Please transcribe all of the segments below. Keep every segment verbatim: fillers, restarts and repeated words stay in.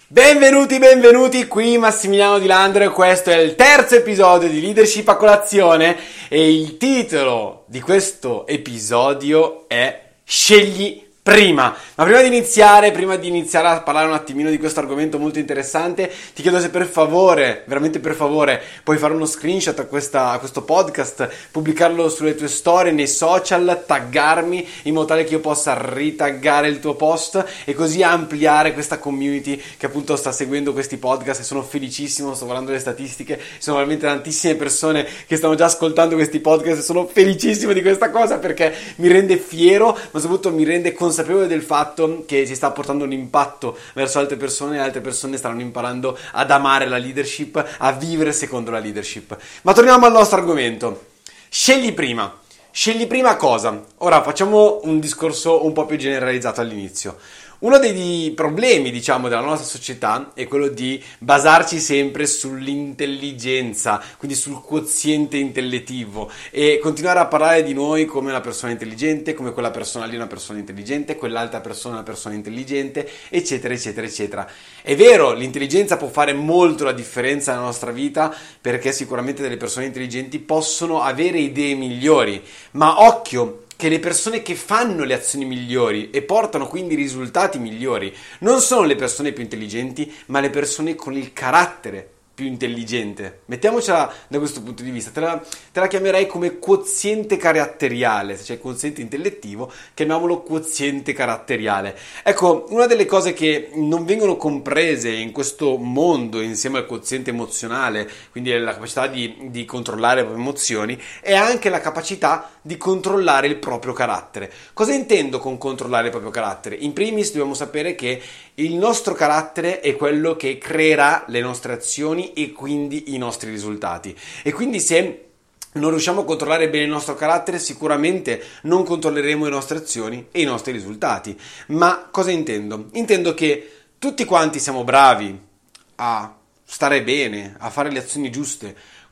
Benvenuti, benvenuti, qui Massimiliano Di Landro e questo è il terzo episodio di Leadership a Colazione e il titolo di questo episodio è Scegli prima. Ma prima di iniziare, prima di iniziare a parlare un attimino di questo argomento molto interessante, ti chiedo se per favore, veramente per favore, puoi fare uno screenshot a, questa, a questo podcast, pubblicarlo sulle tue storie, nei social, taggarmi in modo tale che io possa ritaggare il tuo post e così ampliare questa community che appunto sta seguendo questi podcast e sono felicissimo, sto guardando le statistiche, sono veramente tantissime persone che stanno già ascoltando questi podcast e sono felicissimo di questa cosa perché mi rende fiero, ma soprattutto mi rende consapevole consapevole del fatto che si sta portando un impatto verso altre persone e altre persone stanno imparando ad amare la leadership, a vivere secondo la leadership. Ma torniamo al nostro argomento. Scegli prima. Scegli prima cosa? Ora facciamo un discorso un po' più generalizzato all'inizio. Uno dei problemi, diciamo, della nostra società è quello di basarci sempre sull'intelligenza, quindi sul quoziente intellettivo e continuare a parlare di noi come una persona intelligente, come quella persona lì è una persona intelligente, quell'altra persona è una persona intelligente, eccetera, eccetera, eccetera. È vero, l'intelligenza può fare molto la differenza nella nostra vita perché sicuramente delle persone intelligenti possono avere idee migliori, ma occhio, che le persone che fanno le azioni migliori e portano quindi risultati migliori non sono le persone più intelligenti, ma le persone con il carattere più intelligente. Mettiamocela da questo punto di vista, te la, te la chiamerei come quoziente caratteriale, cioè quoziente intellettivo, chiamiamolo quoziente caratteriale. Ecco, una delle cose che non vengono comprese in questo mondo insieme al quoziente emozionale, quindi la capacità di, di controllare le proprie emozioni, è anche la capacità di controllare il proprio carattere. Cosa intendo con controllare il proprio carattere? In primis dobbiamo sapere che il nostro carattere è quello che creerà le nostre azioni e quindi i nostri risultati. E quindi se non riusciamo a controllare bene il nostro carattere, sicuramente non controlleremo le nostre azioni e i nostri risultati. Ma cosa intendo? Intendo che tutti quanti siamo bravi a stare bene, a fare le azioni giuste,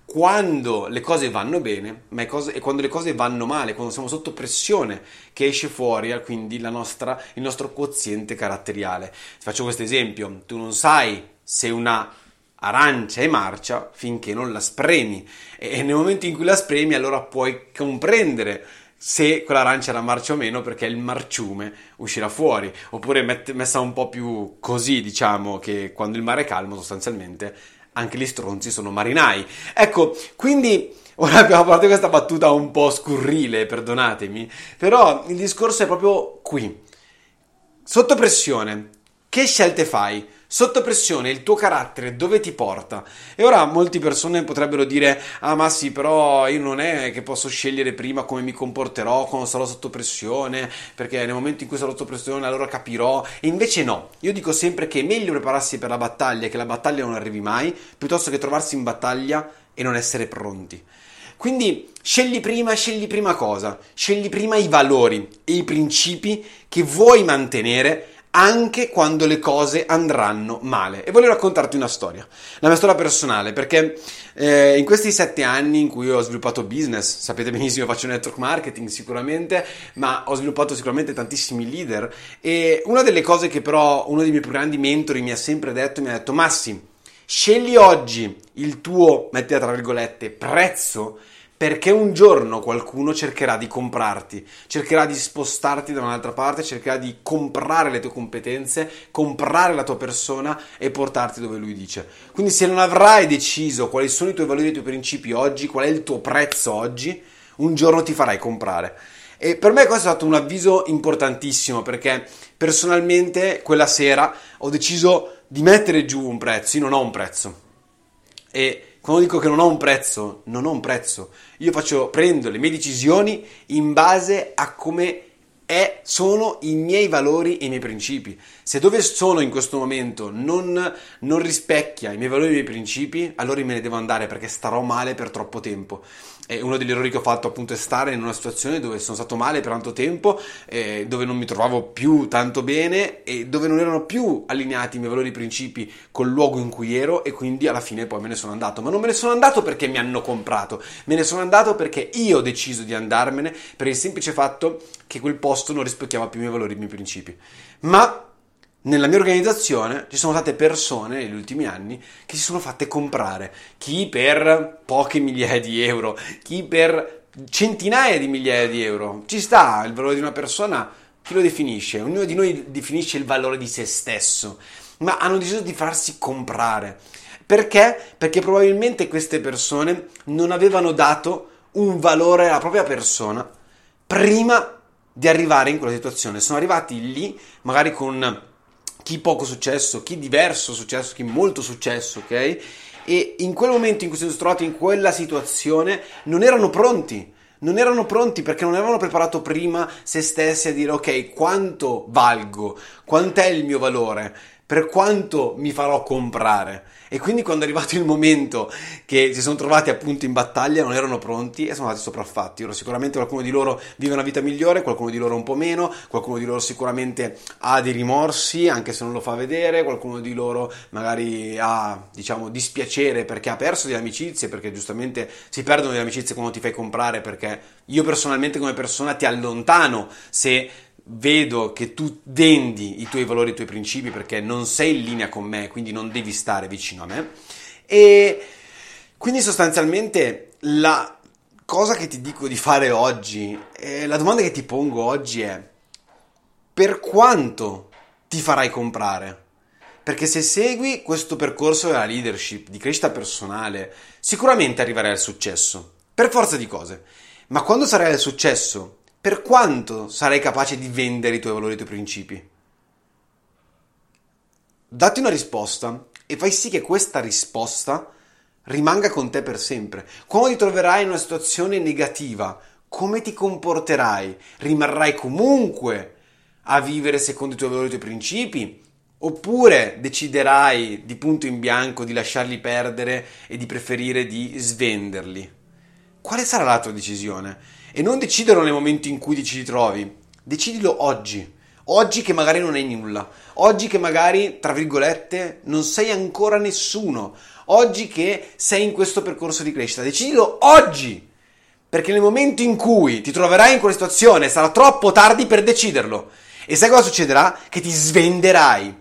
quando le cose vanno bene, ma è cose, e quando le cose vanno male, quando siamo sotto pressione, che esce fuori quindi la nostra, il nostro quoziente caratteriale. Ti faccio questo esempio: tu non sai se una arancia è marcia finché non la spremi, e nel momento in cui la spremi allora puoi comprendere se quell'arancia era marcia o meno, perché il marciume uscirà fuori. Oppure messa un po' più così, diciamo che quando il mare è calmo sostanzialmente anche gli stronzi sono marinai. Ecco, quindi ora abbiamo fatto questa battuta un po' scurrile, perdonatemi, però il discorso è proprio qui. Sotto pressione, che scelte fai? Sotto pressione, il tuo carattere dove ti porta? E ora molte persone potrebbero dire: ah, ma sì, però io non è che posso scegliere prima come mi comporterò quando sarò sotto pressione, perché nel momento in cui sarò sotto pressione allora capirò. E invece no, io dico sempre che è meglio prepararsi per la battaglia e che la battaglia non arrivi mai, piuttosto che trovarsi in battaglia e non essere pronti. Quindi scegli prima, scegli prima cosa? Scegli prima i valori e i principi che vuoi mantenere anche quando le cose andranno male. E voglio raccontarti una storia, la mia storia personale, perché eh, in questi sette anni in cui ho sviluppato business, sapete benissimo, faccio network marketing sicuramente, ma ho sviluppato sicuramente tantissimi leader, e una delle cose che però uno dei miei più grandi mentori mi ha sempre detto, mi ha detto: Massi, scegli oggi il tuo, mettila tra virgolette, prezzo, perché un giorno qualcuno cercherà di comprarti, cercherà di spostarti da un'altra parte, cercherà di comprare le tue competenze, comprare la tua persona e portarti dove lui dice. Quindi se non avrai deciso quali sono i tuoi valori e i tuoi principi oggi, qual è il tuo prezzo oggi, un giorno ti farai comprare. E per me questo è stato un avviso importantissimo, perché personalmente quella sera ho deciso di mettere giù un prezzo. Io non ho un prezzo. E quando dico che non ho un prezzo, non ho un prezzo. Io faccio, prendo le mie decisioni in base a come è, sono i miei valori e i miei principi. Se dove sono in questo momento non, non rispecchia i miei valori e i miei principi, allora me ne devo andare, perché starò male per troppo tempo. E uno degli errori che ho fatto appunto è stare in una situazione dove sono stato male per tanto tempo, eh, dove non mi trovavo più tanto bene e dove non erano più allineati i miei valori e principi col luogo in cui ero, e quindi alla fine poi me ne sono andato. Ma non me ne sono andato perché mi hanno comprato, me ne sono andato perché io ho deciso di andarmene, per il semplice fatto che quel posto non rispecchiava più i miei valori e i miei principi. Ma nella mia organizzazione ci sono state persone negli ultimi anni che si sono fatte comprare, chi per poche migliaia di euro, chi per centinaia di migliaia di euro. Ci sta il valore di una persona, chi lo definisce? Ognuno di noi definisce il valore di se stesso, ma hanno deciso di farsi comprare. Perché? Perché probabilmente queste persone non avevano dato un valore alla propria persona prima di arrivare in quella situazione. Sono arrivati lì magari con chi poco successo, chi diverso successo, chi molto successo, ok? E in quel momento in cui si sono trovati in quella situazione non erano pronti. Non erano pronti perché non avevano preparato prima se stessi a dire ok, quanto valgo, quant'è il mio valore, per quanto mi farò comprare. E quindi quando è arrivato il momento che si sono trovati appunto in battaglia non erano pronti e sono stati sopraffatti. Ora sicuramente qualcuno di loro vive una vita migliore, qualcuno di loro un po' meno, qualcuno di loro sicuramente ha dei rimorsi anche se non lo fa vedere, qualcuno di loro magari ha, diciamo, dispiacere perché ha perso delle amicizie, perché giustamente si perdono delle amicizie quando ti fai comprare, perché io personalmente come persona ti allontano se vedo che tu vendi i tuoi valori, i tuoi principi, perché non sei in linea con me, quindi non devi stare vicino a me. E quindi sostanzialmente la cosa che ti dico di fare oggi, eh, la domanda che ti pongo oggi è: per quanto ti farai comprare? Perché se segui questo percorso della leadership, di crescita personale, sicuramente arriverai al successo, per forza di cose. Ma quando sarai al successo, per quanto sarai capace di vendere i tuoi valori e i tuoi principi? Datti una risposta e fai sì che questa risposta rimanga con te per sempre. Quando ti troverai in una situazione negativa, come ti comporterai? Rimarrai comunque a vivere secondo i tuoi valori e i tuoi principi? Oppure deciderai di punto in bianco di lasciarli perdere e di preferire di svenderli? Quale sarà la tua decisione? E non deciderlo nel momento in cui ti ci trovi, decidilo oggi. Oggi che magari non hai nulla, oggi che magari, tra virgolette, non sei ancora nessuno, oggi che sei in questo percorso di crescita, decidilo oggi, perché nel momento in cui ti troverai in quella situazione sarà troppo tardi per deciderlo. E sai cosa succederà? Che ti svenderai.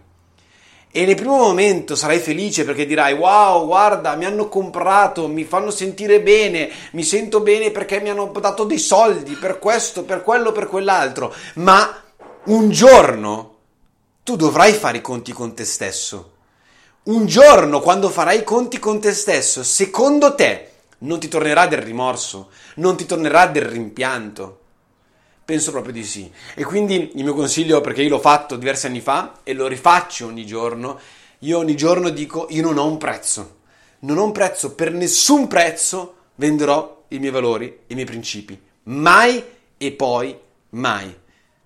E nel primo momento sarai felice perché dirai wow, guarda, mi hanno comprato, mi fanno sentire bene, mi sento bene perché mi hanno dato dei soldi per questo, per quello, per quell'altro. Ma un giorno tu dovrai fare i conti con te stesso. Un giorno, quando farai i conti con te stesso, secondo te non ti tornerà del rimorso, non ti tornerà del rimpianto? Penso proprio di sì. E quindi il mio consiglio, perché io l'ho fatto diversi anni fa e lo rifaccio ogni giorno, io ogni giorno dico: io non ho un prezzo, non ho un prezzo, per nessun prezzo venderò i miei valori e i miei principi, mai e poi mai,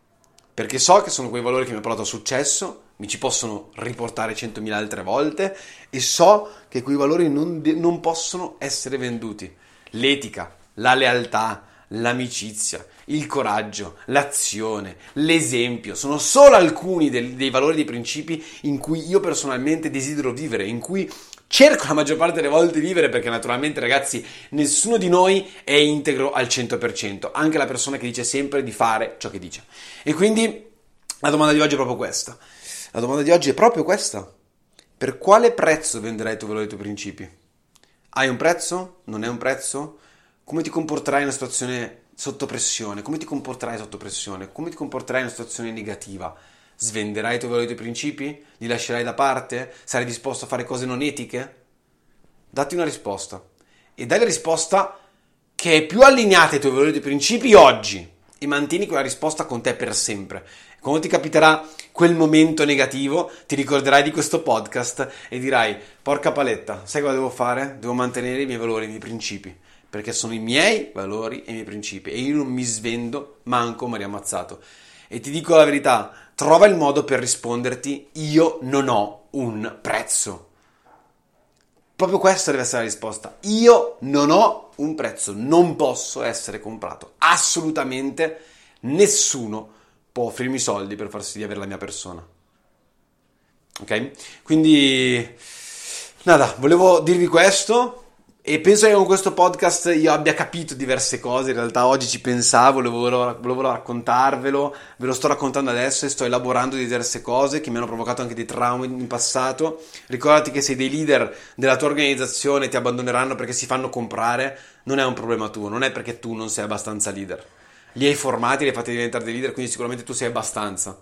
perché so che sono quei valori che mi hanno portato a successo, mi ci possono riportare centomila altre volte e so che quei valori non, non possono essere venduti. L'etica, la lealtà, l'amicizia, il coraggio, l'azione, l'esempio sono solo alcuni del, dei valori e dei principi in cui io personalmente desidero vivere, in cui cerco la maggior parte delle volte di vivere, perché naturalmente, ragazzi, nessuno di noi è integro al cento per cento, anche la persona che dice sempre di fare ciò che dice. E quindi la domanda di oggi è proprio questa. La domanda di oggi è proprio questa. Per quale prezzo venderai i tuoi valori e i tuoi principi? Hai un prezzo? Non è un prezzo? Come ti comporterai in una situazione sotto pressione? Come ti comporterai sotto pressione? Come ti comporterai in una situazione negativa? Svenderai i tuoi valori e i tuoi principi? Li lascerai da parte? Sarai disposto a fare cose non etiche? Datti una risposta. E dai la risposta che è più allineata ai tuoi valori e ai tuoi principi oggi. E mantieni quella risposta con te per sempre. Quando ti capiterà quel momento negativo, ti ricorderai di questo podcast e dirai: porca paletta, sai cosa devo fare? Devo mantenere i miei valori e i miei principi, perché sono i miei valori e i miei principi e io non mi svendo manco Maria Ammazzato. E ti dico la verità, trova il modo per risponderti: io non ho un prezzo. Proprio questa deve essere la risposta: io non ho un prezzo, non posso essere comprato, assolutamente nessuno può offrirmi soldi per far sì di avere la mia persona. Ok? Quindi nada, volevo dirvi questo. E penso che con questo podcast io abbia capito diverse cose. In realtà oggi ci pensavo, volevo, volevo raccontarvelo, ve lo sto raccontando adesso e sto elaborando diverse cose che mi hanno provocato anche dei traumi in passato. Ricordati che se dei leader della tua organizzazione ti abbandoneranno perché si fanno comprare, non è un problema tuo, non è perché tu non sei abbastanza leader. Li hai formati, li hai fatti diventare dei leader, quindi sicuramente tu sei abbastanza.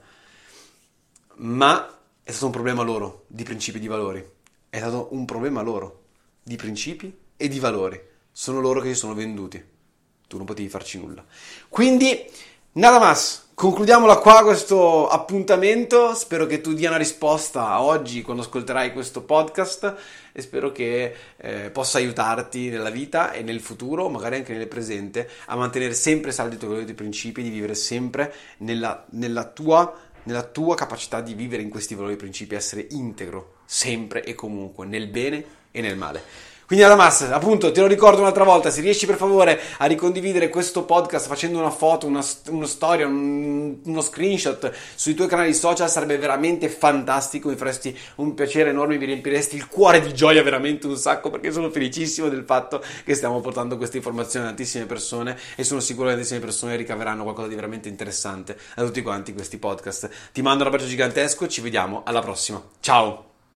Ma è stato un problema loro, di principi e di valori. È stato un problema loro, di principi e di valori. Sono loro che si sono venduti. Tu non potevi farci nulla. Quindi, nada más. Concludiamola qua questo appuntamento. Spero che tu dia una risposta oggi quando ascolterai questo podcast e spero che eh, possa aiutarti nella vita e nel futuro, magari anche nel presente, a mantenere sempre saldi i tuoi valori e principi, di vivere sempre nella, nella tua nella tua capacità di vivere in questi valori e principi, essere integro sempre e comunque nel bene e nel male. Quindi alla massa, appunto, te lo ricordo un'altra volta, se riesci per favore a ricondividere questo podcast facendo una foto, una, una storia, un, uno screenshot sui tuoi canali social sarebbe veramente fantastico, mi faresti un piacere enorme, mi riempiresti il cuore di gioia veramente un sacco, perché sono felicissimo del fatto che stiamo portando queste informazioni a tantissime persone e sono sicuro che tantissime persone ricaveranno qualcosa di veramente interessante da tutti quanti questi podcast. Ti mando un abbraccio gigantesco, ci vediamo alla prossima, ciao!